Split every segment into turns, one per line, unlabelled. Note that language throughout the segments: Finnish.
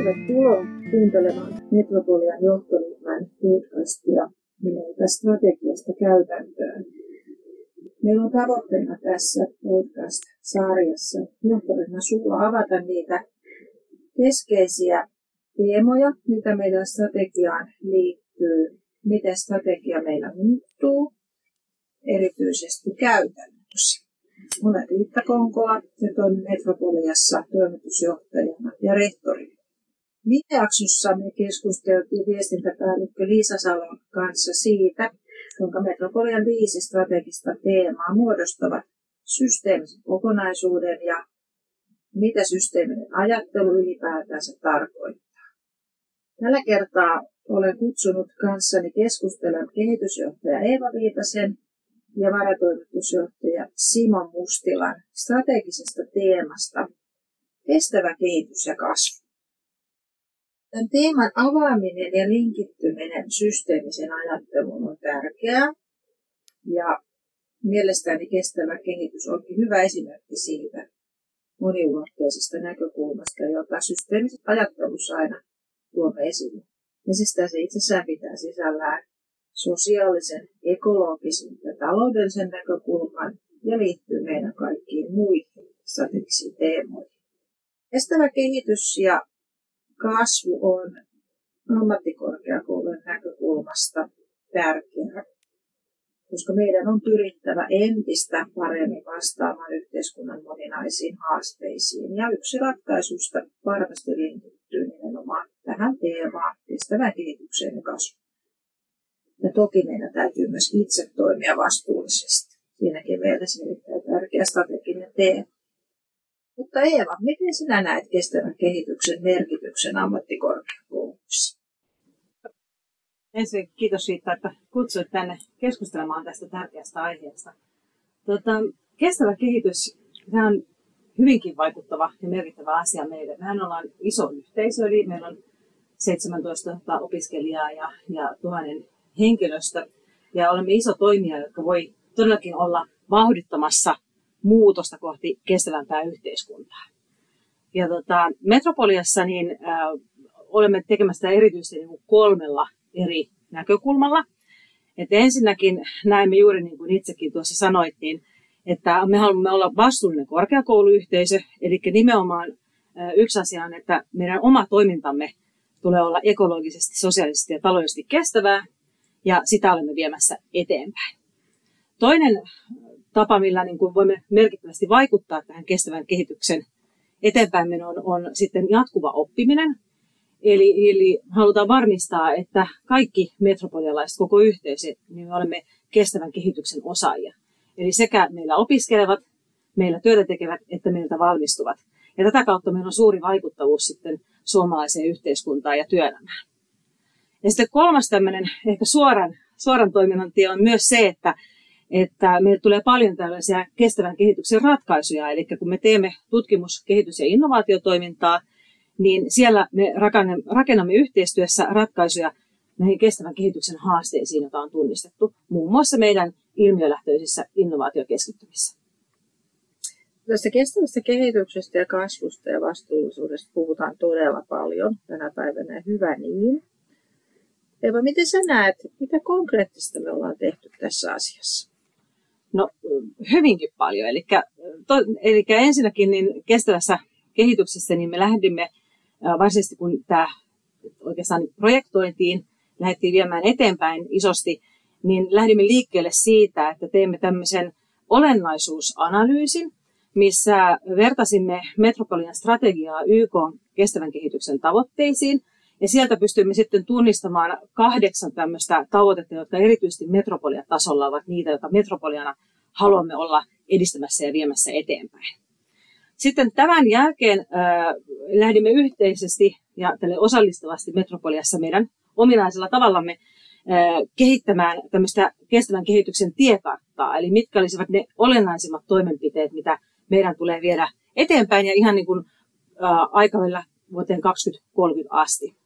Tervetuloa kuuntelemaan Metropolian johtoryhmän podcastia nimeltä Strategiasta käytäntöön. Meillä on tavoitteena tässä podcast-sarjassa johtoryhmän sulla avata niitä keskeisiä teemoja, mitä meidän strategiaan liittyy, miten strategia meillä muuttuu, erityisesti käytännössä. Olen Riitta Konkola ja toimin Metropoliassa toimitusjohtajana ja rehtorina. Viime jaksossa me keskusteltiin viestintäpäällikkö Liisa Salon kanssa siitä, kuinka Metropolian 5 strategista teemaa muodostavat systeemisen kokonaisuuden ja mitä systeeminen ajattelu ylipäätänsä tarkoittaa. Tällä kertaa olen kutsunut kanssani keskustelemaan kehitysjohtaja Eeva Viitasen ja varatoimitusjohtaja Simon Mustilan strategisesta teemasta kestävä kehitys ja kasvu. Tämän teeman avaaminen ja linkittyminen systeemisen ajatteluun on tärkeää ja mielestäni kestävä kehitys onkin hyvä esimerkki siitä moniulotteisesta näkökulmasta, jota systeemisessä ajattelussa aina tuomme esille. Ja se itsessään pitää sisällään sosiaalisen, ekologisen ja taloudellisen näkökulman ja liittyy meidän kaikkiin muihin strategisiin teemoihin. Kestävä kehitys ja kasvu on ammattikorkeakoulujen näkökulmasta tärkeää, koska meidän on pyrittävä entistä paremmin vastaamaan yhteiskunnan moninaisiin haasteisiin. Ja yksi ratkaisusta varmasti linkittyy nimenomaan tähän teemaan, kestävään kehitykseen ja kasvuun. Ja toki meidän täytyy myös itse toimia vastuullisesti. Siinäkin mielessä erittäin tärkeä strateginen teema. Mutta Eeva, miten sinä näet kestävän kehityksen merkityksen ammattikorkeakouluissa?
Ensin kiitos siitä, että kutsuit tänne keskustelemaan tästä tärkeästä aiheesta. Kestävä kehitys on hyvinkin vaikuttava ja merkittävä asia meille. Mehän ollaan iso yhteisö, eli meillä on 17 000 opiskelijaa ja 1000 henkilöstö. Ja olemme iso toimija, jotka voi todellakin olla vauhdittamassa muutosta kohti kestävämpää yhteiskuntaa. Ja Metropoliassa olemme tekemässä erityisesti 3 eri näkökulmalla. Et ensinnäkin näemme juuri niin kuin itsekin tuossa sanoit, että me haluamme olla vastuullinen korkeakouluyhteisö. Eli nimenomaan yksi asia on, että meidän oma toimintamme tulee olla ekologisesti, sosiaalisesti ja taloudellisesti kestävää. Ja sitä olemme viemässä eteenpäin. Toinen tapa, millä voimme merkittävästi vaikuttaa tähän kestävän kehityksen eteenpäinmenoon, on sitten jatkuva oppiminen. Eli halutaan varmistaa, että kaikki metropolialaiset, koko yhteisö, niin me olemme kestävän kehityksen osaajia. Eli sekä meillä opiskelevat, meillä työtä tekevät, että meiltä valmistuvat. Ja tätä kautta meillä on suuri vaikuttavuus sitten suomalaiseen yhteiskuntaan ja työelämään. Ja sitten 3. tämmöinen ehkä suoran toiminnan tie on myös se, että meille tulee paljon tällaisia kestävän kehityksen ratkaisuja. Eli kun me teemme tutkimus-, kehitys- ja innovaatiotoimintaa, niin siellä me rakennamme yhteistyössä ratkaisuja näihin kestävän kehityksen haasteisiin, joita on tunnistettu muun muassa meidän ilmiölähtöisissä innovaatiokeskittymissä.
Tästä kestävästä kehityksestä ja kasvusta ja vastuullisuudesta puhutaan todella paljon tänä päivänä, hyvä niin. Eeva, miten sä näet, mitä konkreettista me ollaan tehty tässä asiassa?
No hyvinkin paljon. Eli ensinnäkin niin kestävässä kehityksessä niin me lähdimme, varsinaisesti kun tämä oikeastaan projektointiin, lähdettiin viemään eteenpäin isosti, niin lähdimme liikkeelle siitä, että teemme tämmöisen olennaisuusanalyysin, missä vertasimme Metropolian strategiaa YK:n kestävän kehityksen tavoitteisiin. Ja sieltä pystymme sitten tunnistamaan 8 tämmöistä tavoitetta, jotka erityisesti metropoliatasolla ovat niitä, joita metropoliana haluamme olla edistämässä ja viemässä eteenpäin. Sitten tämän jälkeen lähdimme yhteisesti ja tälle osallistavasti Metropoliassa meidän ominaisella tavallamme kehittämään tämmöistä kestävän kehityksen tiekarttaa. Eli mitkä olisivat ne olennaisimmat toimenpiteet, mitä meidän tulee viedä eteenpäin ja ihan niin kuin aikavälillä vuoteen 2030 asti.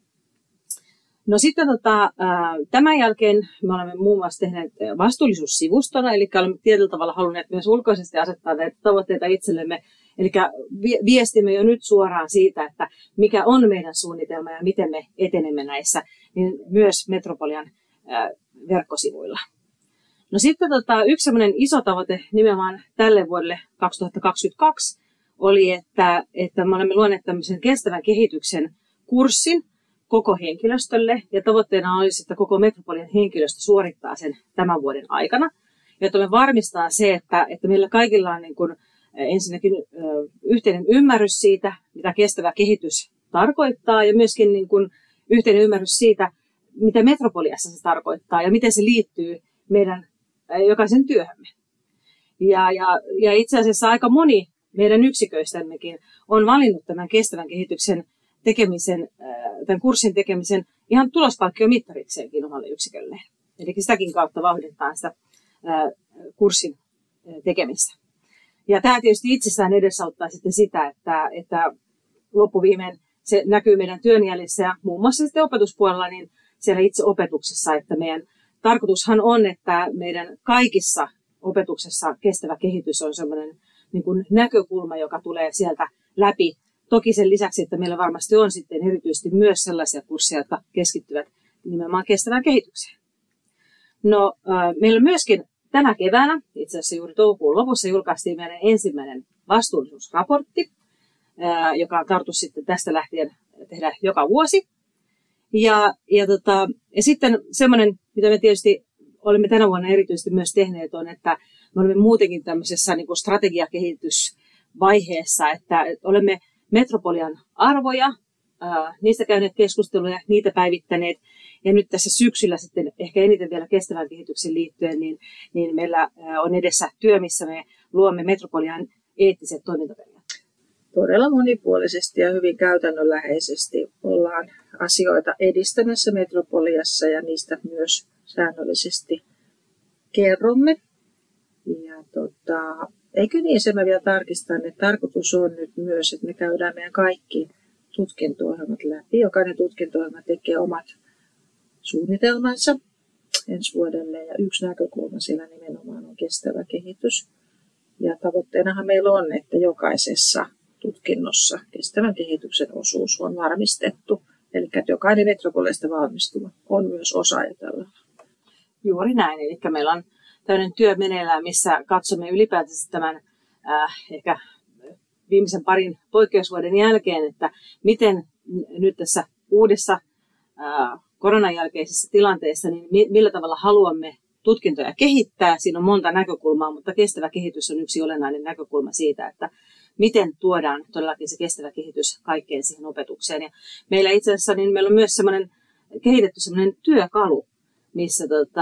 No sitten tämän jälkeen me olemme muun muassa tehneet vastuullisuussivustona, eli olemme tietyllä tavalla halunneet myös ulkoisesti asettaa näitä tavoitteita itsellemme Eli viestimme jo nyt suoraan siitä, että mikä on meidän suunnitelma ja miten me etenemme näissä, niin myös Metropolian verkkosivuilla. No sitten yksi sellainen iso tavoite nimenomaan tälle vuodelle 2022 oli, että me olemme luoneet tämmöisen kestävän kehityksen kurssin koko henkilöstölle, ja tavoitteena olisi, että koko Metropolian henkilöstö suorittaa sen tämän vuoden aikana, jotta me varmistaa se, että meillä kaikilla on niin kuin ensinnäkin yhteinen ymmärrys siitä, mitä kestävä kehitys tarkoittaa, ja myöskin niin kuin yhteinen ymmärrys siitä, mitä Metropoliassa se tarkoittaa, ja miten se liittyy meidän jokaisen työhömme. Ja itse asiassa aika moni meidän yksiköistämmekin on valinnut tämän kestävän kehityksen tekemisen, tämän kurssin tekemisen ihan tulospalkkiomittarikseenkin omalle yksikölleen. Eli sitäkin kautta vauhdittaa sitä kurssin tekemistä. Ja tämä tietysti itsessään edesauttaa sitten sitä, että loppuviimein se näkyy meidän työnjäljissä ja muun muassa sitten opetuspuolella niin siellä itse opetuksessa, että meidän tarkoitushan on, että meidän kaikissa opetuksessa kestävä kehitys on sellainen niin kuin näkökulma, joka tulee sieltä läpi. Toki sen lisäksi, että meillä varmasti on sitten erityisesti myös sellaisia kursseja, jotka keskittyvät nimenomaan kestävään kehitykseen. No, meillä myöskin tänä keväänä, itse asiassa juuri toukokuun lopussa, julkaistiin meidän ensimmäinen vastuullisuusraportti, joka on tarkoitus sitten tästä lähtien tehdä joka vuosi. Ja sitten semmoinen, mitä me tietysti olemme tänä vuonna erityisesti myös tehneet, on, että me olemme muutenkin tämmöisessä niin kuin strategiakehitysvaiheessa, että olemme Metropolian arvoja, niistä käyneet keskusteluja, niitä päivittäneet. Ja nyt tässä syksyllä sitten ehkä eniten vielä kestävän kehityksen liittyen, niin meillä on edessä työ, missä me luomme Metropolian eettiset toimintaperiaatteet.
Todella monipuolisesti ja hyvin käytännönläheisesti ollaan asioita edistämässä Metropoliassa ja niistä myös säännöllisesti kerromme. Ja eikö niin, se mä vielä tarkistan, että tarkoitus on nyt myös, että me käydään meidän kaikki tutkinto-ohjelmat läpi. Jokainen tutkinto-ohjelma tekee omat suunnitelmansa ensi vuodelle ja yksi näkökulma siellä nimenomaan on kestävä kehitys. Ja tavoitteenahan meillä on, että jokaisessa tutkinnossa kestävän kehityksen osuus on varmistettu. Eli että jokainen Metropoliasta valmistuva on myös osaaja tällä.
Juuri näin. Eli meillä on tämmöinen työ meneillään, missä katsomme ylipäätänsä tämän ehkä viimeisen parin poikkeusvuoden jälkeen, että miten nyt tässä uudessa koronan jälkeisessä tilanteessa, niin millä tavalla haluamme tutkintoja kehittää. Siinä on monta näkökulmaa, mutta kestävä kehitys on yksi olennainen näkökulma siitä, että miten tuodaan todellakin se kestävä kehitys kaikkeen siihen opetukseen. Ja meillä itse asiassa niin meillä on myös kehitetty semmoinen työkalu, missä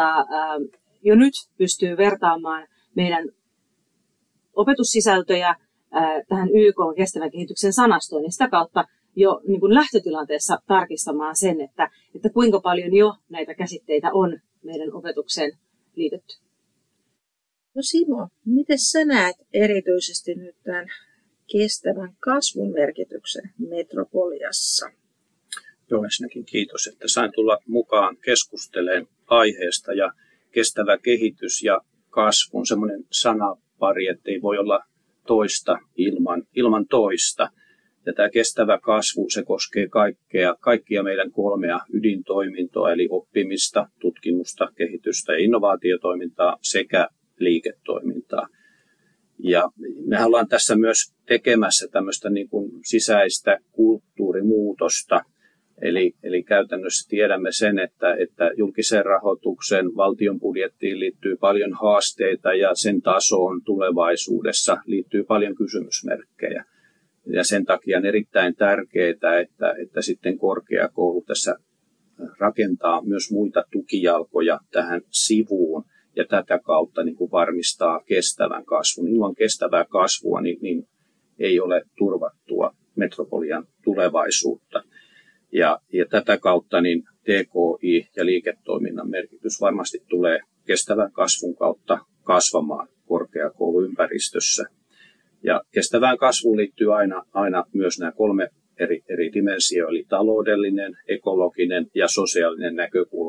jo nyt pystyy vertaamaan meidän opetussisältöjä tähän YK:n kestävän kehityksen sanastoon, ja sitä kautta jo niin kuin lähtötilanteessa tarkistamaan sen, että kuinka paljon jo näitä käsitteitä on meidän opetukseen liitetty.
No Simo, miten sä näet erityisesti nyt tämän kestävän kasvun merkityksen Metropoliassa?
Joo, ensinnäkin kiitos, että sain tulla mukaan keskustelemaan aiheesta, ja kestävä kehitys ja kasvu on semmoinen sanapari, että ei voi olla toista ilman toista. Ja tämä kestävä kasvu, se koskee kaikkia meidän kolmea ydintoimintoa, eli oppimista, tutkimusta, kehitystä ja innovaatiotoimintaa sekä liiketoimintaa. Ja me ollaan tässä myös tekemässä tämmöistä niin kuin sisäistä kulttuurimuutosta. Eli käytännössä tiedämme sen, että julkisen rahoituksen valtion budjettiin liittyy paljon haasteita ja sen tasoon tulevaisuudessa liittyy paljon kysymysmerkkejä. Ja sen takia on erittäin tärkeää, että sitten korkeakoulu tässä rakentaa myös muita tukijalkoja tähän sivuun ja tätä kautta niin kuin varmistaa kestävän kasvun. Ilman kestävää kasvua niin ei ole turvattua Metropolian tulevaisuutta. Ja tätä kautta niin TKI ja liiketoiminnan merkitys varmasti tulee kestävän kasvun kautta kasvamaan korkeakouluympäristössä. Ja kestävään kasvuun liittyy aina myös nämä kolme eri dimensioita, eli taloudellinen, ekologinen ja sosiaalinen näkökulma.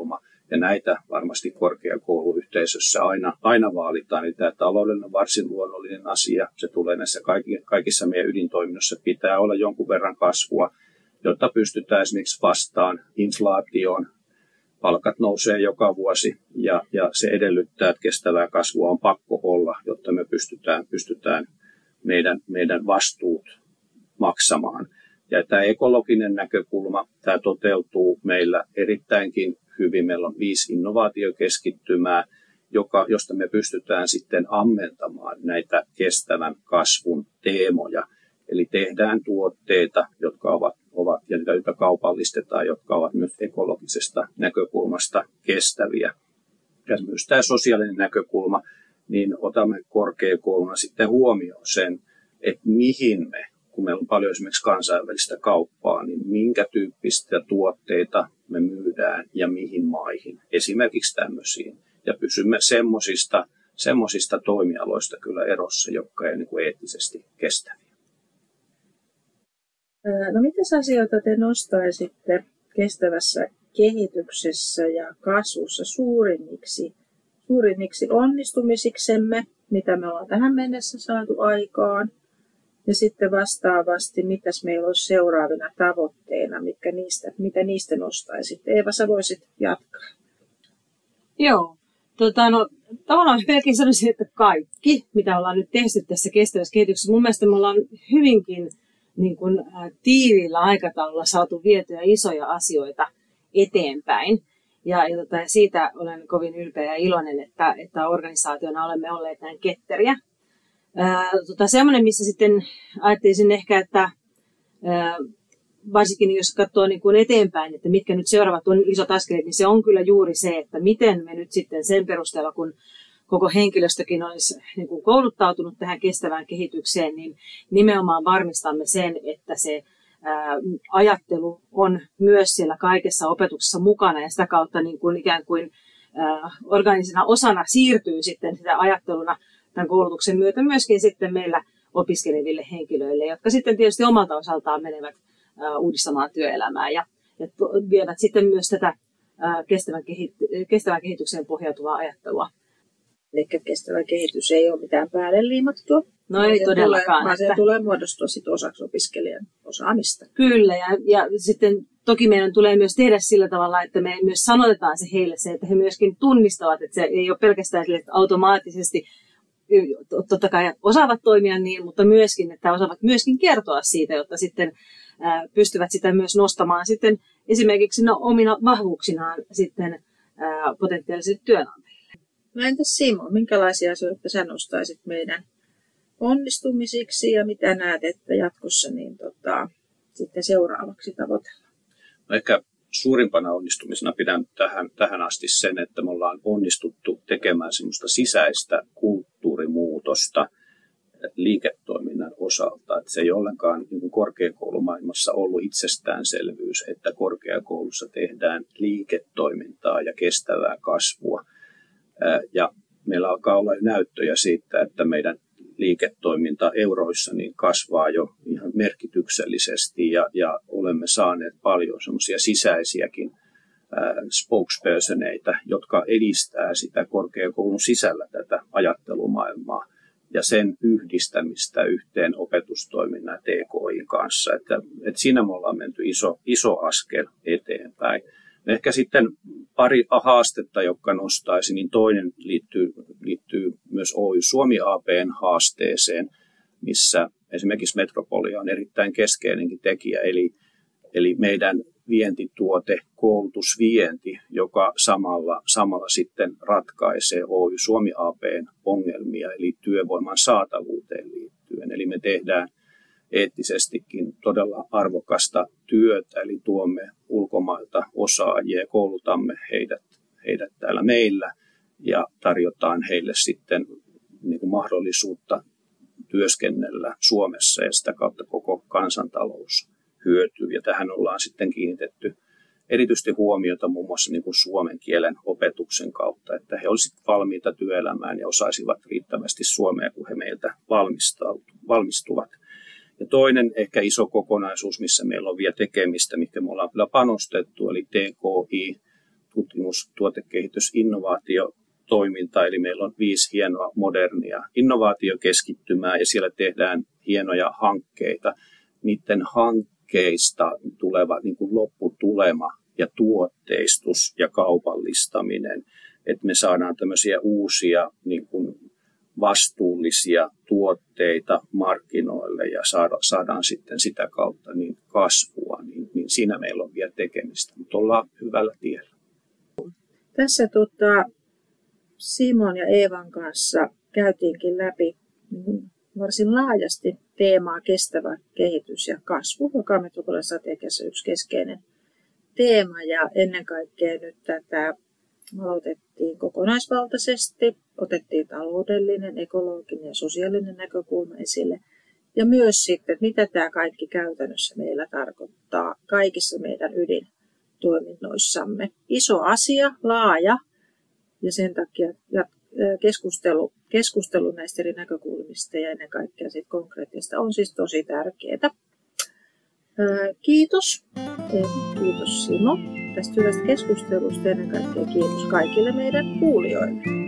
Ja näitä varmasti korkeakouluyhteisössä aina vaalitaan. Eli tämä taloudellinen on varsin luonnollinen asia. Se tulee näissä kaikissa meidän ydintoiminnoissa. Pitää olla jonkun verran kasvua, jotta pystytään esimerkiksi vastaan inflaatioon. Palkat nousee joka vuosi ja se edellyttää, että kestävää kasvua on pakko olla, jotta me pystytään meidän vastuut maksamaan. Ja tämä ekologinen näkökulma, tämä toteutuu meillä erittäinkin hyvin. Meillä on 5 innovaatiokeskittymää, josta me pystytään sitten ammentamaan näitä kestävän kasvun teemoja. Eli tehdään tuotteita, jotka ovat ja joita kaupallistetaan, jotka ovat myös ekologisesta näkökulmasta kestäviä. Ja myös tämä sosiaalinen näkökulma, niin otamme korkeakouluna sitten huomioon sen, että mihin me, kun meillä on paljon esimerkiksi kansainvälistä kauppaa, niin minkä tyyppistä tuotteita me myydään ja mihin maihin. Esimerkiksi tämmöisiin. Ja pysymme semmoisista toimialoista kyllä erossa, jotka ei niin kuin eettisesti kestäviä.
No mitä asioita te nostaisitte kestävässä kehityksessä ja kasvussa suurimmiksi onnistumisiksemme, mitä me ollaan tähän mennessä saatu aikaan? Ja sitten vastaavasti, mitäs meillä olisi seuraavina tavoitteina, mitä niistä nostaisitte? Eeva, sä voisit jatkaa.
Joo. Tavallaan melkein sanoisin, että kaikki, mitä ollaan nyt tehty tässä kestävässä kehityksessä, mun mielestä me ollaan hyvinkin tiiviillä aikataululla saatu vietyä isoja asioita eteenpäin. Ja siitä olen kovin ylpeä ja iloinen, että organisaationa olemme olleet näin ketteriä. Semmoinen, missä sitten ajattelisin ehkä, että varsinkin jos katsoo niin kuin eteenpäin, että mitkä nyt seuraavat on isot askeleet, niin se on kyllä juuri se, että miten me nyt sitten sen perusteella, kun koko henkilöstökin olisi niin kuin kouluttautunut tähän kestävään kehitykseen, niin nimenomaan varmistamme sen, että se ajattelu on myös siellä kaikessa opetuksessa mukana ja sitä kautta niin kuin ikään kuin organisena osana siirtyy sitten sitä ajatteluna tämän koulutuksen myötä myöskin sitten meillä opiskeleville henkilöille, jotka sitten tietysti omalta osaltaan menevät uudistamaan työelämää ja vievät sitten myös tätä kestävän kehitykseen pohjautuvaa ajattelua.
Eli kestävä kehitys ei ole mitään päälle liimattua.
No ei todellakaan.
Vaan se tulee muodostua sitten osaksi opiskelijan osaamista.
Kyllä, ja sitten toki meidän tulee myös tehdä sillä tavalla, että me myös sanotetaan se heille se, että he myöskin tunnistavat, että se ei ole pelkästään sille, että automaattisesti totta kai osaavat toimia niin, mutta myöskin, että osaavat myöskin kertoa siitä, jotta sitten pystyvät sitä myös nostamaan sitten esimerkiksi omina vahvuuksinaan sitten potentiaalisille työnantajille.
No entäs Simo, minkälaisia asioita sä nostaisit meidän onnistumisiksi ja mitä näet, että jatkossa niin sitten seuraavaksi tavoitellaan?
No ehkä suurimpana onnistumisena pidän tähän asti sen, että me ollaan onnistuttu tekemään semmoista sisäistä kulttuurimuutosta liiketoiminnan osalta. Että se ei ollenkaan niin kuin korkeakoulumaailmassa ollut itsestäänselvyys, että korkeakoulussa tehdään liiketoimintaa ja kestävää kasvua. Ja meillä alkaa olla näyttöjä siitä, että meidän liiketoiminta euroissa niin kasvaa jo ihan merkityksellisesti ja olemme saaneet paljon semmoisia sisäisiäkin spokespersoneita, jotka edistää sitä korkeakoulun sisällä tätä ajattelumaailmaa ja sen yhdistämistä yhteen opetustoiminnan TKI:n kanssa. Että siinä me ollaan menty iso askel eteenpäin. Ehkä sitten pari haastetta, jotka nostaisin, niin toinen liittyy myös Oy Suomi AB:n haasteeseen, missä esimerkiksi Metropolia on erittäin keskeinenkin tekijä, eli meidän vientituote, koulutusvienti, joka samalla sitten ratkaisee Oy Suomi AB:n ongelmia, eli työvoiman saatavuuteen liittyen. Eli me tehdään eettisestikin todella arvokasta työtä, eli tuomme ulkomailta osaajia ja koulutamme heidät täällä meillä ja tarjotaan heille sitten niin kuin mahdollisuutta työskennellä Suomessa ja sitä kautta koko kansantalous hyötyy. Ja tähän ollaan sitten kiinnitetty erityisesti huomiota muun muassa niin kuin suomen kielen opetuksen kautta, että he olisivat valmiita työelämään ja osaisivat riittävästi suomea, kun he meiltä valmistuvat. Ja toinen ehkä iso kokonaisuus, missä meillä on vielä tekemistä, mikä me ollaan kyllä panostettu, eli TKI tutkimus, tuotekehitys, innovaatiotoiminta, eli meillä on 5 hienoa modernia innovaatiokeskittymää ja siellä tehdään hienoja hankkeita. Niiden hankkeista tuleva niin kuin lopputulema ja tuotteistus ja kaupallistaminen, että me saadaan tämmöisiä uusia niin kuin vastuullisia tuotteita markkinoille ja saadaan sitten sitä kautta niin kasvua, niin siinä meillä on vielä tekemistä, mutta ollaan hyvällä tiellä.
Tässä Simon ja Eevan kanssa käytiinkin läpi varsin laajasti teemaa kestävä kehitys ja kasvu, joka on metropolistrategiassa yksi keskeinen teema. Ja ennen kaikkea nyt tätä aloitettiin kokonaisvaltaisesti, otettiin taloudellinen, ekologinen ja sosiaalinen näkökulma esille. Ja myös sitten, että mitä tämä kaikki käytännössä meillä tarkoittaa kaikissa meidän ydintoiminnoissamme. Iso asia, laaja, ja sen takia keskustelu näistä eri näkökulmista ja ennen kaikkea siitä konkreettista on siis tosi tärkeää. Kiitos. Kiitos Simo tästä hyvästä keskustelusta ja ennen kaikkea kiitos kaikille meidän kuulijoille.